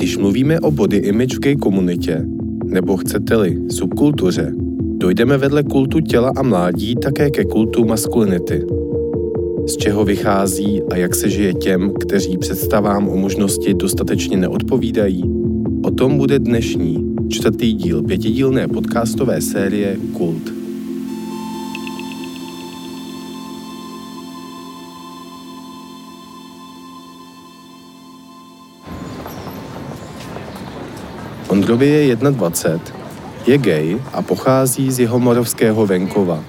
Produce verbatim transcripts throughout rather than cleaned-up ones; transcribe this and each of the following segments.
Když mluvíme o body image v gay komunitě, nebo chcete-li subkultuře, dojdeme vedle kultu těla a mládí také ke kultu maskulinity. Z čeho vychází a jak se žije těm, kteří představám o možnosti dostatečně neodpovídají? O tom bude dnešní, čtvrtý díl pětidílné podcastové série Kult. Ondrovi je dvacet jedna, je gay a pochází z jihomoravského venkova.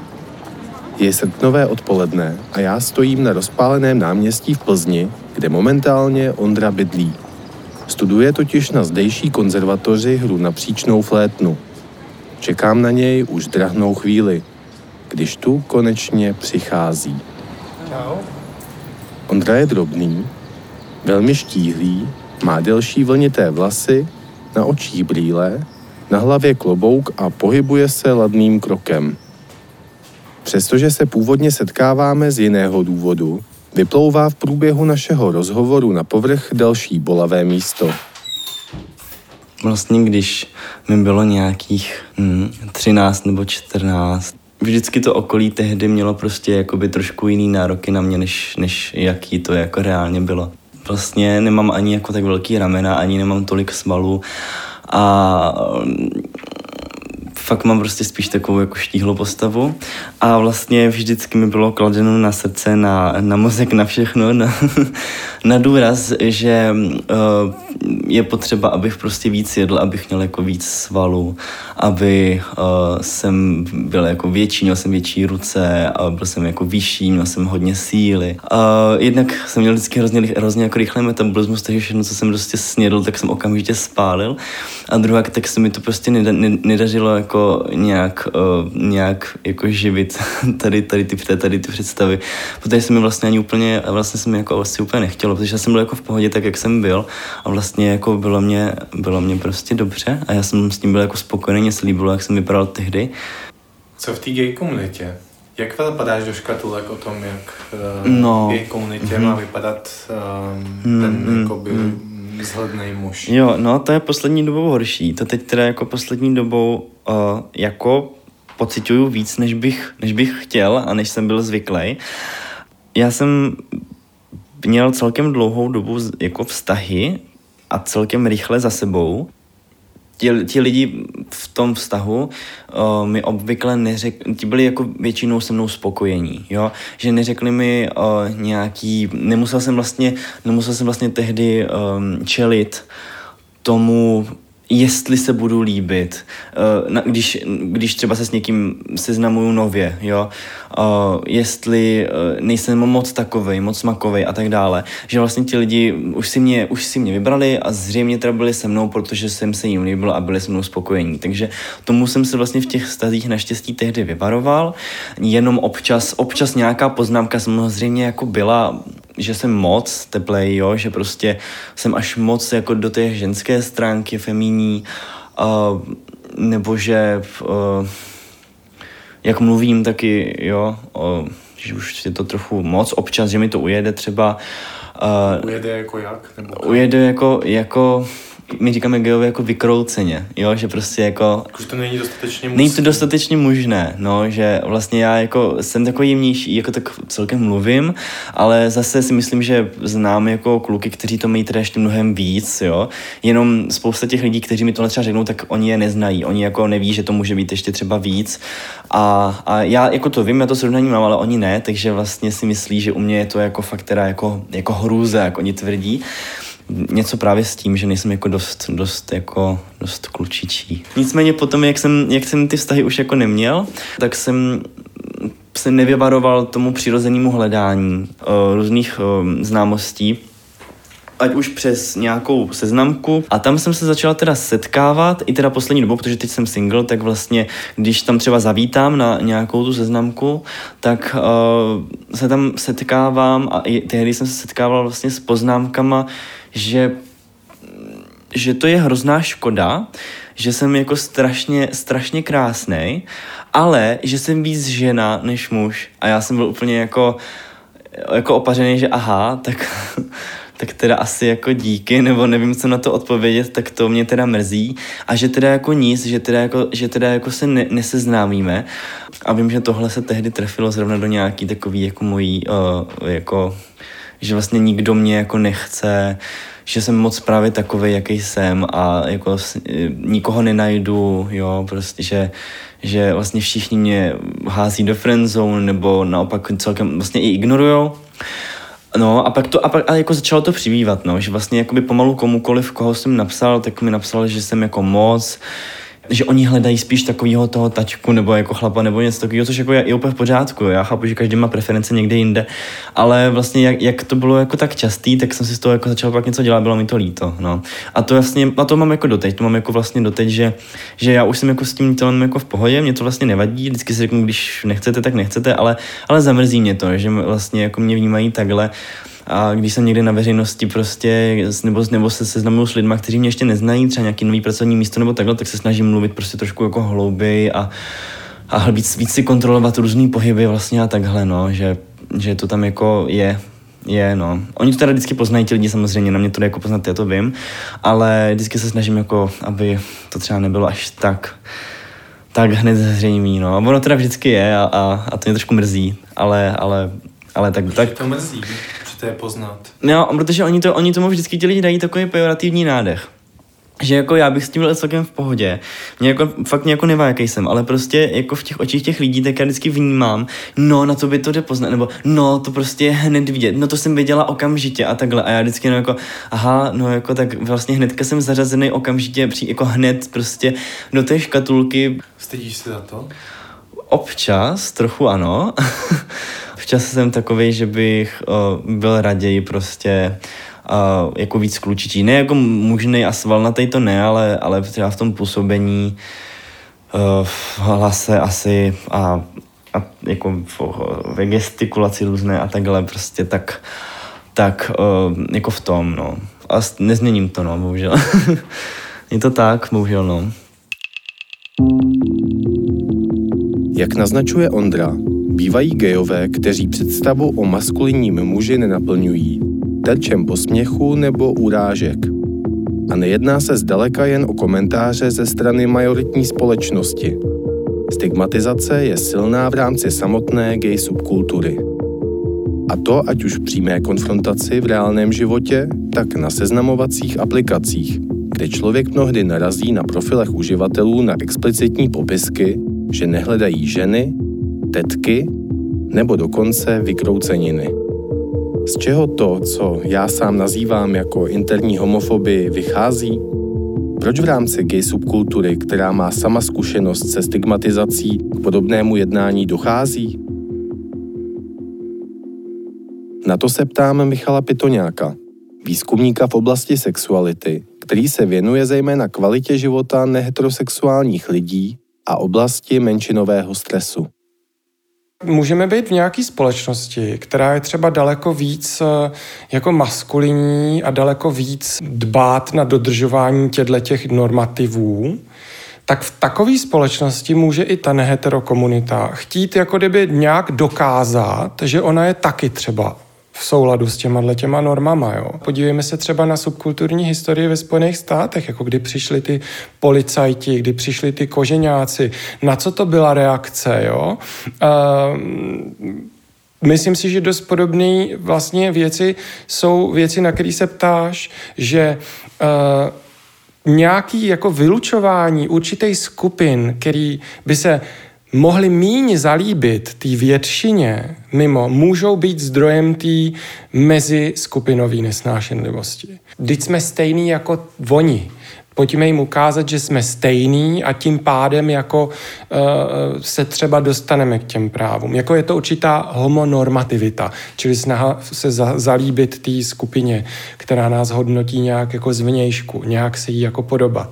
Je srpnové odpoledne a já stojím na rozpáleném náměstí v Plzni, kde momentálně Ondra bydlí. Studuje totiž na zdejší konzervatoři hru na příčnou flétnu. Čekám na něj už drahnou chvíli, když tu konečně přichází. Čau. Ondra je drobný, velmi štíhlý, má delší vlnité vlasy, na očích brýle, na hlavě klobouk a pohybuje se ladným krokem. Přestože se původně setkáváme z jiného důvodu, vyplouvá v průběhu našeho rozhovoru na povrch další bolavé místo. Vlastně když mi bylo nějakých hm, třináct nebo čtrnáct, vždycky to okolí tehdy mělo prostě jakoby trošku jiný nároky na mě, než, než jaký to jako reálně bylo. Vlastně nemám ani jako tak velký ramena, ani nemám tolik svalů a fakt mám prostě spíš takovou jako štíhlou postavu a vlastně vždycky mi bylo kladeno na srdce, na, na mozek, na všechno, na, na důraz, že uh, je potřeba, abych prostě víc jedl, abych měl jako víc svalů, aby uh, jsem byl jako větší, měl jsem větší ruce, a byl jsem jako vyšší, měl jsem hodně síly. Uh, jednak jsem měl vždycky hrozně, hrozně jako rychlý metabolismus, takže všechno, co jsem prostě snědl, tak jsem okamžitě spálil a druhá, tak se mi to prostě neda, nedařilo jako nějak, uh, nějak jako živit tady, tady, ty, tady ty představy, protože se mi vlastně ani úplně, vlastně se mi jako vlastně úplně nechtělo, protože já jsem byl jako v pohodě tak, jak jsem byl a vlastně jako bylo mě, bylo mě prostě dobře a já jsem s tím byl jako spokojený, mě se líbilo, jak jsem vypadal tehdy. Co v té gay komunitě? Jak vypadáš do škatulek o tom, jak uh, no. gay komunitě mm. má vypadat um, mm, ten mm, jakoby mm. vzhlednej muž? Jo, no to je poslední dobou horší. To teď teda jako poslední dobou uh, jako pociťuju víc, než bych, než bych chtěl a než jsem byl zvyklý. Já jsem měl celkem dlouhou dobu jako vztahy a celkem rychle za sebou. Ti, ti lidi v tom vztahu uh, mi obvykle neřekli, ti byli jako většinou se mnou spokojení, jo, že neřekli mi uh, nějaký, nemusel jsem vlastně, nemusel jsem vlastně tehdy um, čelit tomu, jestli se budu líbit, uh, na, když, když třeba se s někým seznamuju nově, jo, uh, jestli uh, nejsem moc takovej, moc makovej a tak dále, že vlastně ti lidi už si mě, už si mě vybrali a zřejmě teda byli se mnou, protože jsem se jim líbil a byli se mnou spokojení, takže tomu jsem se vlastně v těch vztazích naštěstí tehdy vyvaroval, jenom občas, občas nějaká poznámka samozřejmě jako byla, že jsem moc teplej, jo, že prostě jsem až moc jako do té ženské stránky femínní, uh, nebo že uh, jak mluvím taky, jo, uh, že už je to trochu moc občas, že mi to ujede třeba. Uh, ujede jako jak? Nebo ujede jako, jako my říkáme geové jako vykrouceně, jo, že prostě jako... Už to není dostatečně možné. Není to dostatečně možné, no, že vlastně já jako jsem takový jemnější, jako tak celkem mluvím, ale zase si myslím, že znám jako kluky, kteří to mají teda ještě mnohem víc, jo, jenom spousta těch lidí, kteří mi tohle třeba řeknou, tak oni je neznají, oni jako neví, že to může být ještě třeba víc a, a já jako to vím, já to srovnání mám, ale oni ne, takže vlastně si myslí, že u mě je to jako fakt teda jako, jako hrůze, jak oni tvrdí. Něco právě s tím, že nejsem jako dost, dost, jako, dost klučičí. Nicméně potom, jak jsem, jak jsem ty vztahy už jako neměl, tak jsem se nevyvaroval tomu přirozenému hledání uh, různých uh, známostí, ať už přes nějakou seznamku. A tam jsem se začala teda setkávat, i teda poslední dobou, protože teď jsem single, tak vlastně, když tam třeba zavítám na nějakou tu seznamku, tak uh, se tam setkávám a i tehdy jsem se setkával vlastně s poznámkama, že, že to je hrozná škoda, že jsem jako strašně, strašně krásnej, ale že jsem víc žena než muž. A já jsem byl úplně jako, jako opařený, že aha, tak... tak teda asi jako díky, nebo nevím, co na to odpovědět, tak to mě teda mrzí. A že teda jako nic, že teda jako, že teda jako se ne, neseznámíme. A vím, že tohle se tehdy trefilo zrovna do nějaký takový jako mojí, uh, jako, že vlastně nikdo mě jako nechce, že jsem moc právě takovej, jaký jsem a jako nikoho nenajdu, jo, prostě, že, že vlastně všichni mě hází do friendzone nebo naopak celkem vlastně i ignorujou. No a pak to, a pak a jako začalo to přibývat, no, že vlastně jakoby pomalu komukoliv, koho jsem napsal, tak mi napsal, že jsem jako moc, že oni hledají spíš takovýho toho tačku nebo jako chlapa nebo něco takového, což jako je, je úplně v pořádku. Já chápu, že každý má preference někde jinde, ale vlastně jak, jak to bylo jako tak častý, tak jsem si z toho jako začal pak něco dělat, bylo mi to líto, no. A to vlastně, a to mám jako doteď, to mám jako vlastně doteď, že, že já už jsem jako s tím tělem jako v pohodě, mě to vlastně nevadí, vždycky si řeknu, když nechcete, tak nechcete, ale, ale zamrzí mě to, že vlastně jako mě vnímají takhle. A když jsem někde na veřejnosti prostě, nebo, nebo se seznamuju s lidmi, kteří mě ještě neznají, třeba nějaký nový pracovní místo nebo takhle, tak se snažím mluvit prostě trošku jako hlouběji a, a víc, víc si kontrolovat různý pohyby vlastně a takhle, no, že, že to tam jako je, je, no. Oni to teda vždycky poznají ti lidi samozřejmě, na mě to jde jako poznat, já to vím, ale vždycky se snažím jako, aby to třeba nebylo až tak, tak hned zřejmý, no. A ono teda vždycky je a, a, a to mě trošku mrzí, ale, ale, ale tak... tak to mrzí. To je poznat. No, protože oni, to, oni tomu vždycky ti lidi dají takový pejorativní nádech. Že jako já bych s tím byl celkem v pohodě. Mě jako, fakt mě jako nevá, jaký jsem, ale prostě jako v těch očích těch lidí, tak já vždycky vnímám, no na to by to jde poznat, nebo no to prostě je hned vidět, no to jsem věděla okamžitě a takhle. A já vždycky no jako, aha, no jako tak vlastně hnedka jsem zařazený okamžitě, jako hned prostě do té škatulky. Stydíš se za to? Občas, trochu ano. Občas jsem takovej, že bych uh, byl raději prostě uh, jako víc klučičí. Ne jako mužnej a svalnatej to ne, ale, ale třeba v tom působení uh, v hlase asi a, a jako v, ve gestikulaci různé a takhle prostě tak, tak uh, jako v tom, no. A nezměním to, no, bohužel. Je to tak, bohužel, no. Jak naznačuje Ondra, bývají gejové, kteří představu o maskulinním muži nenaplňují, terčem posměchu nebo urážek. A nejedná se zdaleka jen o komentáře ze strany majoritní společnosti. Stigmatizace je silná v rámci samotné gay subkultury. A to ať už v přímé konfrontaci v reálném životě, tak na seznamovacích aplikacích, kde člověk mnohdy narazí na profilech uživatelů na explicitní popisky, že nehledají ženy, tetky nebo dokonce vykrouceniny. Z čeho to, co já sám nazývám jako interní homofobii, vychází? Proč v rámci gay subkultury, která má sama zkušenost se stigmatizací, k podobnému jednání dochází? Na to se ptám Michala Pitoňáka, výzkumníka v oblasti sexuality, který se věnuje zejména kvalitě života neheterosexuálních lidí a oblasti menšinového stresu. Můžeme být v nějaké společnosti, která je třeba daleko víc jako maskulinní a daleko víc dbát na dodržování těch normativů, tak v takové společnosti může i ta neheterokomunita chtít jako kdyby nějak dokázat, že ona je taky třeba v souladu s těma těma normama. Jo. Podívejme se třeba na subkulturní historii ve Spojených státech, jako kdy přišli ty policajti, kdy přišli ty koženáci, na co to byla reakce. Jo. Uh, myslím si, že dost podobné vlastně věci jsou věci, na které se ptáš, že uh, nějaký jako vylučování určitých skupin, který by se mohli míň zalíbit té většině mimo, můžou být zdrojem té meziskupinové nesnášenlivosti. Vždyť jsme stejný jako oni. Pojďme jim ukázat, že jsme stejný a tím pádem jako uh, se třeba dostaneme k těm právům. Jako je to určitá homonormativita, čili snaha se za, zalíbit té skupině, která nás hodnotí nějak jako zvnějšku, nějak se jí jako podobat.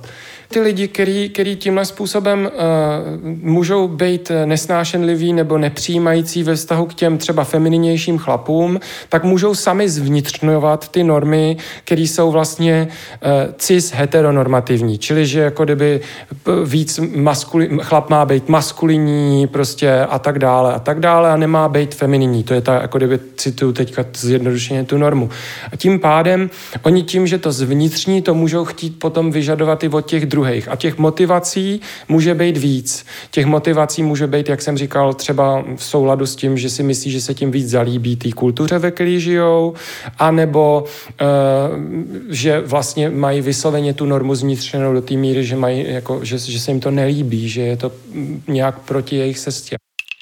ty lidi, který, který tímhle způsobem uh, můžou být nesnášenliví nebo nepřijímající ve vztahu k těm třeba femininějším chlapům, tak můžou sami zvnitřňovat ty normy, které jsou vlastně uh, cis heteronormativní. Čili, že jako kdyby víc maskuli, chlap má být maskulinní prostě a tak dále a tak dále a nemá být femininní. To je ta, jako kdyby cituju teďka zjednodušeně tu normu. A tím pádem oni tím, že to zvnitřní, to můžou chtít potom vyžadovat i od těch druhých. A těch motivací může být víc. Těch motivací může být, jak jsem říkal, třeba v souladu s tím, že si myslí, že se tím víc zalíbí té kultuře, ve které žijou, anebo uh, že vlastně mají vysloveně tu normu zvnitřenou do té míry, že, mají, jako, že, že se jim to nelíbí, že je to nějak proti jejich cestě.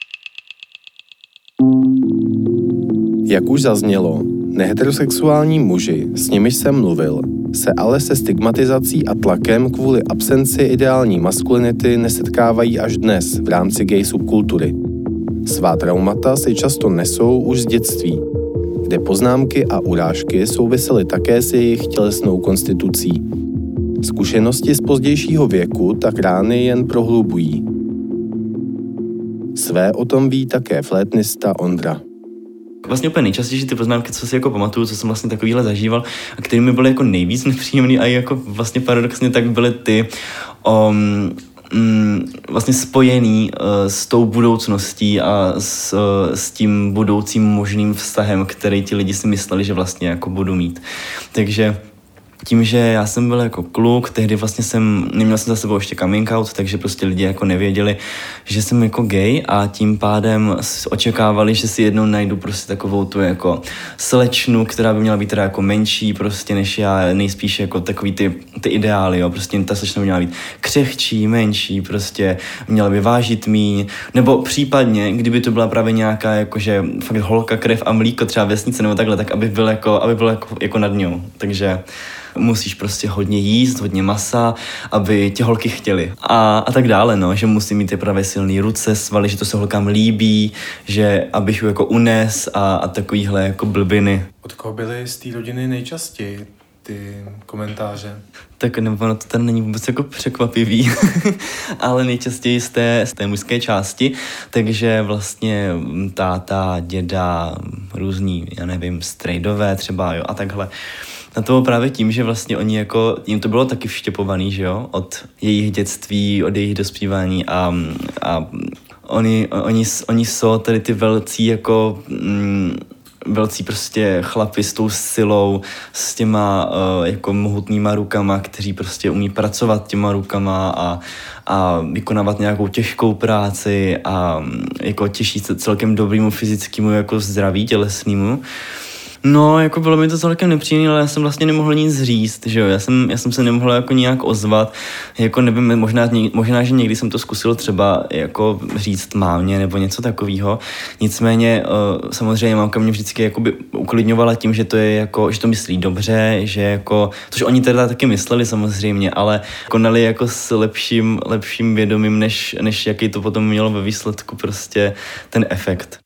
Jak už zaznělo, neheterosexuální muži, s nimiž jsem mluvil, se ale se stigmatizací a tlakem kvůli absenci ideální maskulinity nesetkávají až dnes v rámci gay subkultury. Svá traumata si často nesou už z dětství, kde poznámky a urážky souvisely také s jejich tělesnou konstitucí. Zkušenosti z pozdějšího věku tak rány jen prohlubují. Své o tom ví také flétnista Ondra. Vlastně úplně nejčastější ty poznámky, co si jako pamatuju, co jsem vlastně takovýhle zažíval a který mi byly jako nejvíc nepříjemný a jako vlastně paradoxně tak byly ty um, um, vlastně spojený uh, s tou budoucností a s, uh, s tím budoucím možným vztahem, který ti lidi si mysleli, že vlastně jako budu mít. Takže tím, že já jsem byl jako kluk, tehdy vlastně jsem, neměl jsem za sebou ještě coming out, takže prostě lidi jako nevěděli, že jsem jako gay a tím pádem očekávali, že si jednou najdu prostě takovou tu jako slečnu, která by měla být teda jako menší prostě než já, nejspíš jako takový ty, ty ideály, jo, prostě ta slečna by měla být křehčí, menší, prostě měla by vážit míň, nebo případně, kdyby to byla právě nějaká jakože fakt holka, krev a mlíko třeba vesnice nebo takhle, tak aby byl jako, aby byl jako, jako nad ňou, takže musíš prostě hodně jíst, hodně masa, aby tě holky chtěly. A, a tak dále, no, že musí mít ty právě silný ruce, svaly, že to se holkám líbí, že abych ju jako unes a, a takovýhle jako blbiny. Od koho byly z té rodiny nejčastěji ty komentáře? Tak nebo no, to tady není vůbec jako překvapivý, ale nejčastěji z té, z té mužské části, takže vlastně táta, děda, různý, já nevím, strejdové třeba, jo, a takhle. Na to právě tím, že vlastně oni jako, jim to bylo taky vštěpovaný, že jo, od jejich dětství, od jejich dospívání a, a oni, oni, oni jsou tady ty velcí jako, mm, velcí prostě chlapi s tou silou, s těma uh, jako mohutnýma rukama, kteří prostě umí pracovat těma rukama a, a vykonávat nějakou těžkou práci a jako těší se celkem dobrýmu fyzickému jako zdraví tělesnému. No, jako bylo mi to celkem nepříjemné, ale já jsem vlastně nemohl nic říct, že jo, já jsem, já jsem se nemohl jako nějak ozvat, jako nevím, možná, možná, že někdy jsem to zkusil třeba jako říct mámě nebo něco takového, nicméně uh, samozřejmě mámka mě vždycky jakoby uklidňovala tím, že to je jako, že to myslí dobře, že jako, což oni teda taky mysleli samozřejmě, ale konali jako s lepším, lepším vědomím, než, než jaký to potom mělo ve výsledku prostě ten efekt.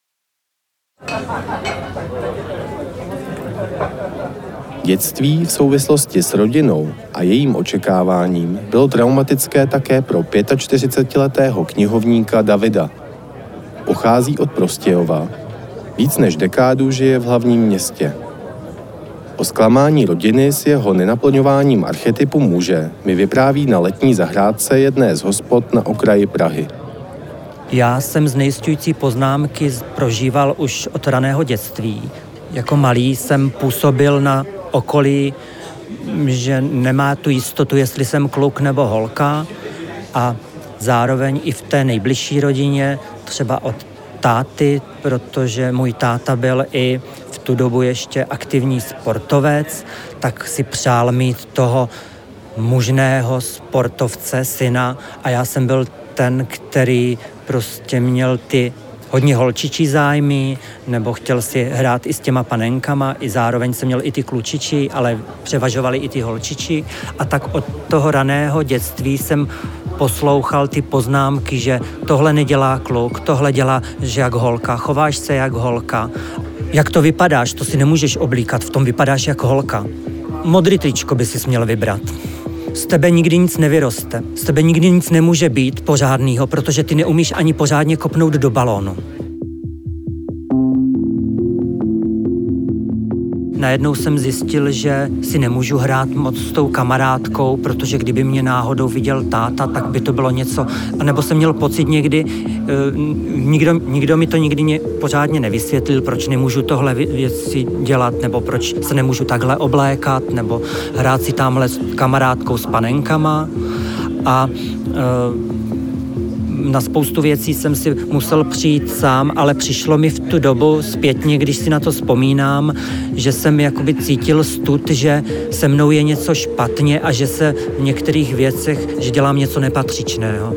Dětství v souvislosti s rodinou a jejím očekáváním bylo traumatické také pro čtyřicetiletého knihovníka Davida. Pochází od Prostějova, víc než dekádu žije v hlavním městě. O zklamání rodiny s jeho nenaplňováním archetypu muže mi vypráví na letní zahrádce jedné z hospod na okraji Prahy. Já jsem znejisťující poznámky prožíval už od raného dětství. Jako malý jsem působil na okolí, že nemá tu jistotu, jestli jsem kluk nebo holka, a zároveň i v té nejbližší rodině, třeba od táty, protože můj táta byl i v tu dobu ještě aktivní sportovec, tak si přál mít toho mužného sportovce, syna, a já jsem byl ten, který prostě měl ty hodně holčičí zájmy, nebo chtěl si hrát i s těma panenkama, i zároveň jsem měl i ty klučičí, ale převažovali i ty holčičí. A tak od toho raného dětství jsem poslouchal ty poznámky, že tohle nedělá kluk, tohle dělá, že jak holka, chováš se jak holka. Jak to vypadáš, to si nemůžeš oblíkat, v tom vypadáš jak holka. Modrý tričko by si směl vybrat. z tebe nikdy nic nevyroste. Z tebe nikdy nic nemůže být pořádnýho, protože ty neumíš ani pořádně kopnout do balónu. Najednou jsem zjistil, že si nemůžu hrát moc s tou kamarádkou, protože kdyby mě náhodou viděl táta, tak by to bylo něco. A nebo jsem měl pocit někdy, e, nikdo, nikdo mi to nikdy ně, pořádně nevysvětlil, proč nemůžu tohle věci dělat, nebo proč se nemůžu takhle oblékat, nebo hrát si tamhle s kamarádkou s panenkama. A e, na spoustu věcí jsem si musel přijít sám, ale přišlo mi v tu dobu zpětně, když si na to vzpomínám, že jsem jakoby cítil stud, že se mnou je něco špatně a že se v některých věcech, že dělám něco nepatřičného.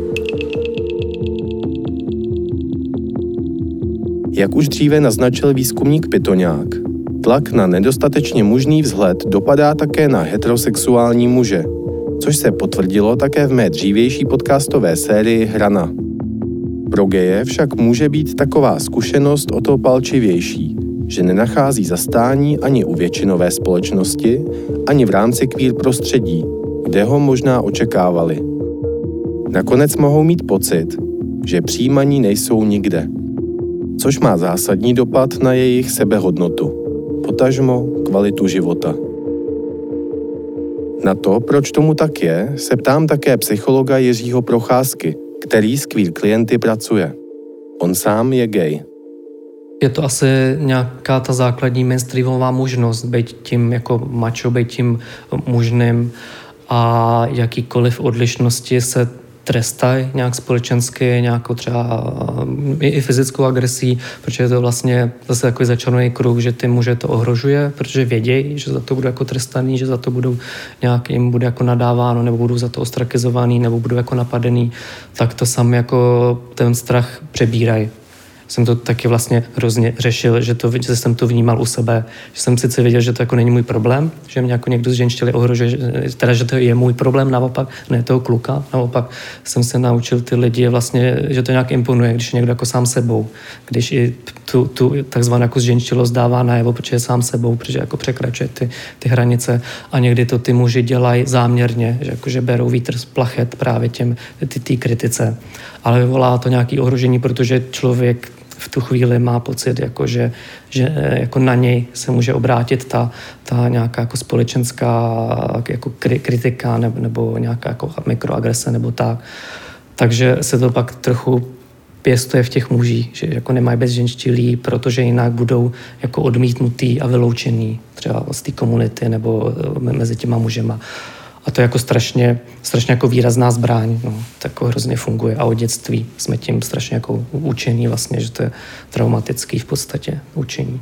Jak už dříve naznačil výzkumník Pitoňák, tlak na nedostatečně mužný vzhled dopadá také na heterosexuální muže, což se potvrdilo také v mé dřívější podcastové sérii Hrana. Pro geje však může být taková zkušenost o to palčivější, že nenachází zastání ani u většinové společnosti, ani v rámci queer prostředí, kde ho možná očekávali. Nakonec mohou mít pocit, že přijímaní nejsou nikde, což má zásadní dopad na jejich sebehodnotu, potažmo kvalitu života. Na to, proč tomu tak je, se ptám také psychologa Jiřího Procházky, který s queer klienty pracuje. On sám je gay. Je to asi nějaká ta základní mainstreamová možnost, být tím jako macho, být tím mužným a jakýkoliv odlišnosti se trestají nějak společensky, nějakou třeba i fyzickou agresí, protože je to vlastně zase takový začarovaný kruh, že ty muže to ohrožuje, protože vědějí, že za to budou jako trestaný, že za to budou nějak jim bude jako nadáváno, nebo budou za to ostrakizovaný, nebo budou jako napadený, tak to sami jako ten strach přebírají. Jsem to taky vlastně hrozně řešil, že, to, že jsem to vnímal u sebe. Že jsem sice věděl, že to jako není můj problém, že mě jako někdo z ženštily ohrožuje, teda, že to je můj problém, naopak, ne toho kluka, naopak jsem se naučil ty lidi vlastně, že to nějak imponuje, když je někdo jako sám sebou, když i tu, tu takzvanou jako zženštilost dává najevo, protože je sám sebou, protože jako překračuje ty, ty hranice a někdy to ty muži dělají záměrně, že, jako, že berou vítr z plachet právě těm, ty, ty kritice. Ale vyvolá to nějaké ohrožení, protože člověk v tu chvíli má pocit, jako že, že jako na něj se může obrátit ta, ta nějaká jako společenská jako kritika nebo, nebo nějaká jako mikroagrese nebo tak. Takže se to pak trochu pěstuje v těch mužích, že jako nemají bezženštilí, protože jinak budou jako odmítnutý a vyloučený třeba z té komunity nebo mezi těma mužema. A to je jako strašně, strašně jako výrazná zbraň, no, tak jako hrozně funguje. A od dětství jsme tím strašně jako učení vlastně, že to je traumatický v podstatě učení.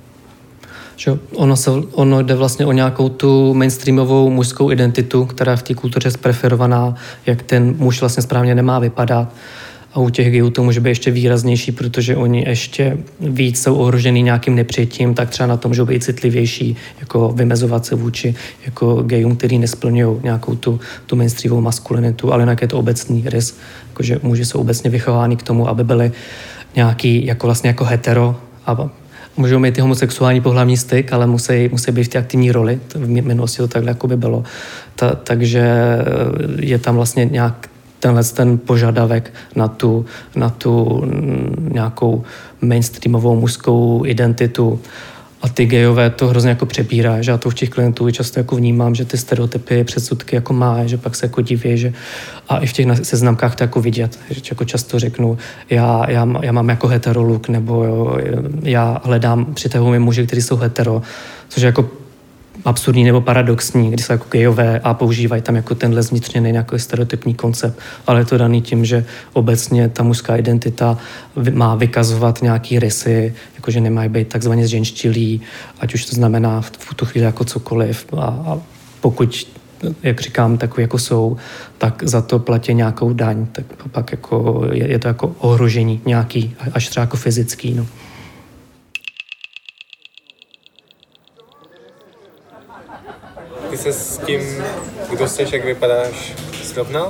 Že ono, se, ono jde vlastně o nějakou tu mainstreamovou mužskou identitu, která je v té kultuře preferovaná, jak ten muž vlastně správně nemá vypadat. A u těch gayů to může být ještě výraznější, protože oni ještě víc jsou ohrožený nějakým nepřijetím, tak třeba na tom můžou být citlivější, jako vymezovat se vůči jako gayům, který nesplňují nějakou tu, tu mainstreamovou maskulinitu, ale jinak je to obecný rys, jakože muži jsou obecně vychováni k tomu, aby byli nějaký jako vlastně jako hetero a můžou mít ty homosexuální pohlavní styk, ale musí, musí být v té aktivní roli. V minulosti to takhle jako by bylo. Ta, takže je tam vlastně nějak tenhle ten požadavek na tu, na tu nějakou mainstreamovou mužskou identitu. A ty gejové to hrozně jako přebírá, že já to u těch klientů často jako vnímám, že ty stereotypy, předsudky jako má, že pak se jako diví, že a i v těch seznamkách to jako vidět, že jako často řeknu, já, já, já mám jako hetero look, nebo jo, já hledám, přitahuji muži, kteří jsou hetero, což je jako absurdní nebo paradoxní, když jsou jako gejové a používají tam jako tenhle zvnitřněný nějaký stereotypní koncept, ale je to daný tím, že obecně ta mužská identita má vykazovat nějaký rysy, jakože nemají být takzvaně zženštilí, ať už to znamená v tu chvíli jako cokoliv a, a pokud, jak říkám, takový jako jsou, tak za to platí nějakou daň, tak pak jako je, je to jako ohrožení nějaký, až třeba jako fyzický, no. Ty se s tím, kdo jsi, jak vypadáš, srovnal?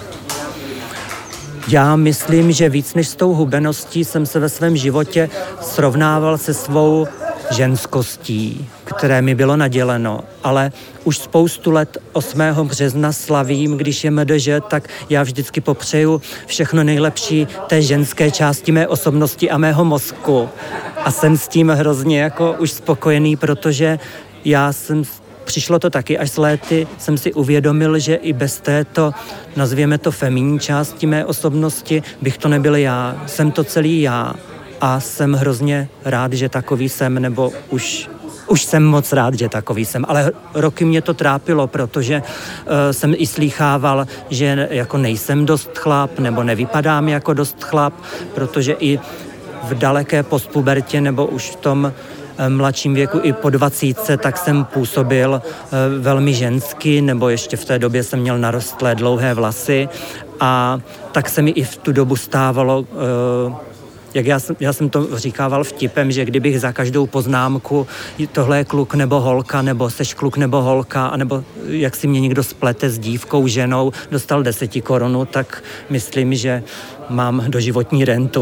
Já myslím, že víc než s tou hubeností jsem se ve svém životě srovnával se svou ženskostí, které mi bylo naděleno, ale už spoustu let osmého března slavím, když je M D Ž, tak já vždycky popřeju všechno nejlepší té ženské části mé osobnosti a mého mozku. A jsem s tím hrozně jako už spokojený, protože já jsem, přišlo to taky až s léty, jsem si uvědomil, že i bez této, nazvěme to feminní části mé osobnosti, bych to nebyl já. Jsem to celý já a jsem hrozně rád, že takový jsem, nebo už Už jsem moc rád, že takový jsem, ale roky mě to trápilo, protože uh, jsem i slýchával, že jako nejsem dost chlap, nebo nevypadám jako dost chlap, protože i v daleké postpubertě, nebo už v tom uh, mladším věku, i po dvacítce, tak jsem působil uh, velmi žensky, nebo ještě v té době jsem měl narostlé dlouhé vlasy a tak se mi i v tu dobu stávalo, uh, Jak já jsem, já jsem to říkával vtipem, že kdybych za každou poznámku tohle je kluk nebo holka, nebo seš kluk nebo holka, anebo jak si mě někdo splete s dívkou, ženou, dostal deseti korunu, tak myslím, že mám doživotní rentu.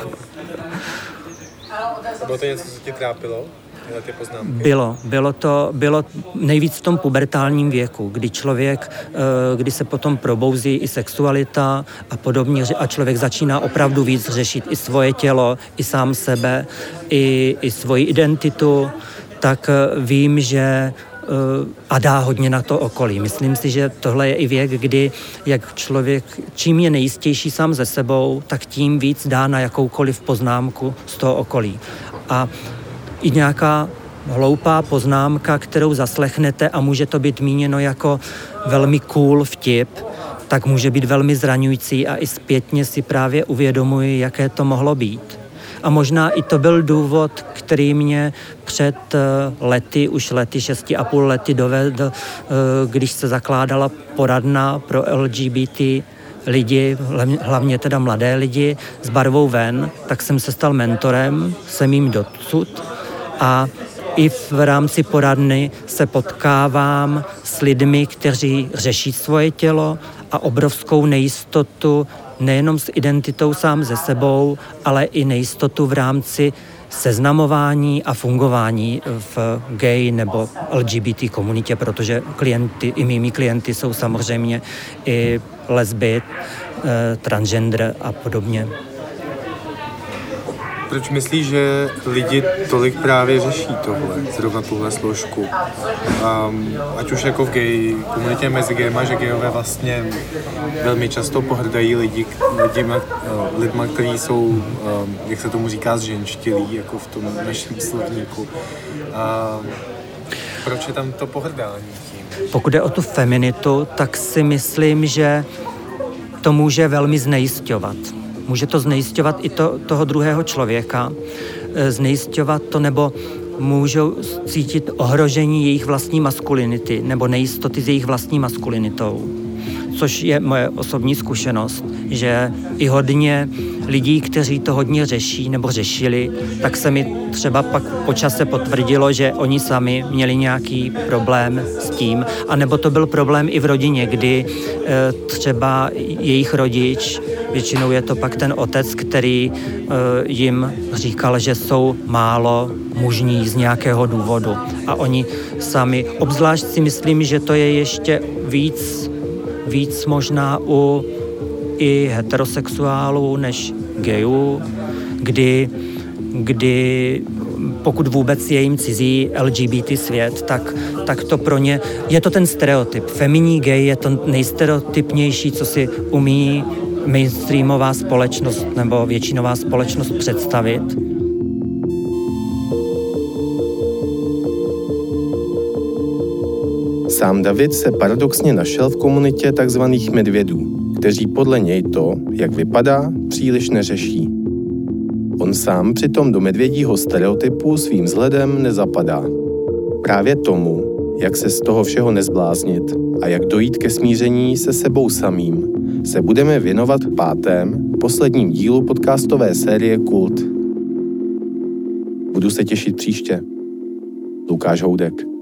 Bylo to něco, co tě trápilo? Ty poznámky? Bylo, bylo to, bylo nejvíc v tom pubertálním věku, kdy člověk, kdy se potom probouzí i sexualita a podobně a člověk začíná opravdu víc řešit i svoje tělo, i sám sebe, i, i svoji identitu, tak vím, že a dá hodně na to okolí. Myslím si, že tohle je i věk, kdy jak člověk, čím je nejistější sám ze sebou, tak tím víc dá na jakoukoliv poznámku z toho okolí. A i nějaká hloupá poznámka, kterou zaslechnete a může to být míněno jako velmi cool vtip, tak může být velmi zraňující a i zpětně si právě uvědomuji, jaké to mohlo být. A možná i to byl důvod, který mě před lety, už lety, šesti a půl lety dovedl, když se zakládala poradna pro L G B T lidi, hlavně teda mladé lidi, s barvou ven, tak jsem se stal mentorem, jsem jim dosud a i v rámci poradny se potkávám s lidmi, kteří řeší svoje tělo a obrovskou nejistotu nejenom s identitou sám ze sebou, ale i nejistotu v rámci seznamování a fungování v gay nebo L G B T komunitě, protože klienty, i mými klienty jsou samozřejmě i lesby, transgender a podobně. Proč myslíš, že lidi tolik právě řeší tohle, zrovna tuhle složku? Um, ať už jako v gay komunitě mezi gayma, že gayové vlastně velmi často pohrdají lidi, lidima, lidma, kteří jsou, um, jak se tomu říká, zženštilí, jako v tom našem slovníku. Um, proč je tam to pohrdání tím? Pokud je o tu feminitu, tak si myslím, že to může velmi znejisťovat. Může to znejisťovat i to, toho druhého člověka, znejisťovat to, nebo můžou cítit ohrožení jejich vlastní maskulinity nebo nejistoty s jejich vlastní maskulinitou. Což je moje osobní zkušenost, že i hodně lidí, kteří to hodně řeší nebo řešili, tak se mi třeba pak po čase potvrdilo, že oni sami měli nějaký problém s tím, anebo to byl problém i v rodině, kdy e, třeba jejich rodič, většinou je to pak ten otec, který e, jim říkal, že jsou málo mužní z nějakého důvodu. A oni sami, obzvlášť si myslím, že to je ještě víc víc možná u i heterosexuálů než gayů, kdy, kdy pokud vůbec je jim cizí L G B T svět, tak, tak to pro ně, je to ten stereotyp. Feminní gay je to nejstereotypnější, co si umí mainstreamová společnost nebo většinová společnost představit. Sám David se paradoxně našel v komunitě takzvaných medvědů, kteří podle něj to, jak vypadá, příliš neřeší. On sám přitom do medvědího stereotypu svým vzhledem nezapadá. Právě tomu, jak se z toho všeho nezbláznit a jak dojít ke smíření se sebou samým, se budeme věnovat v pátém, posledním dílu podcastové série Kult. Budu se těšit příště. Lukáš Houdek.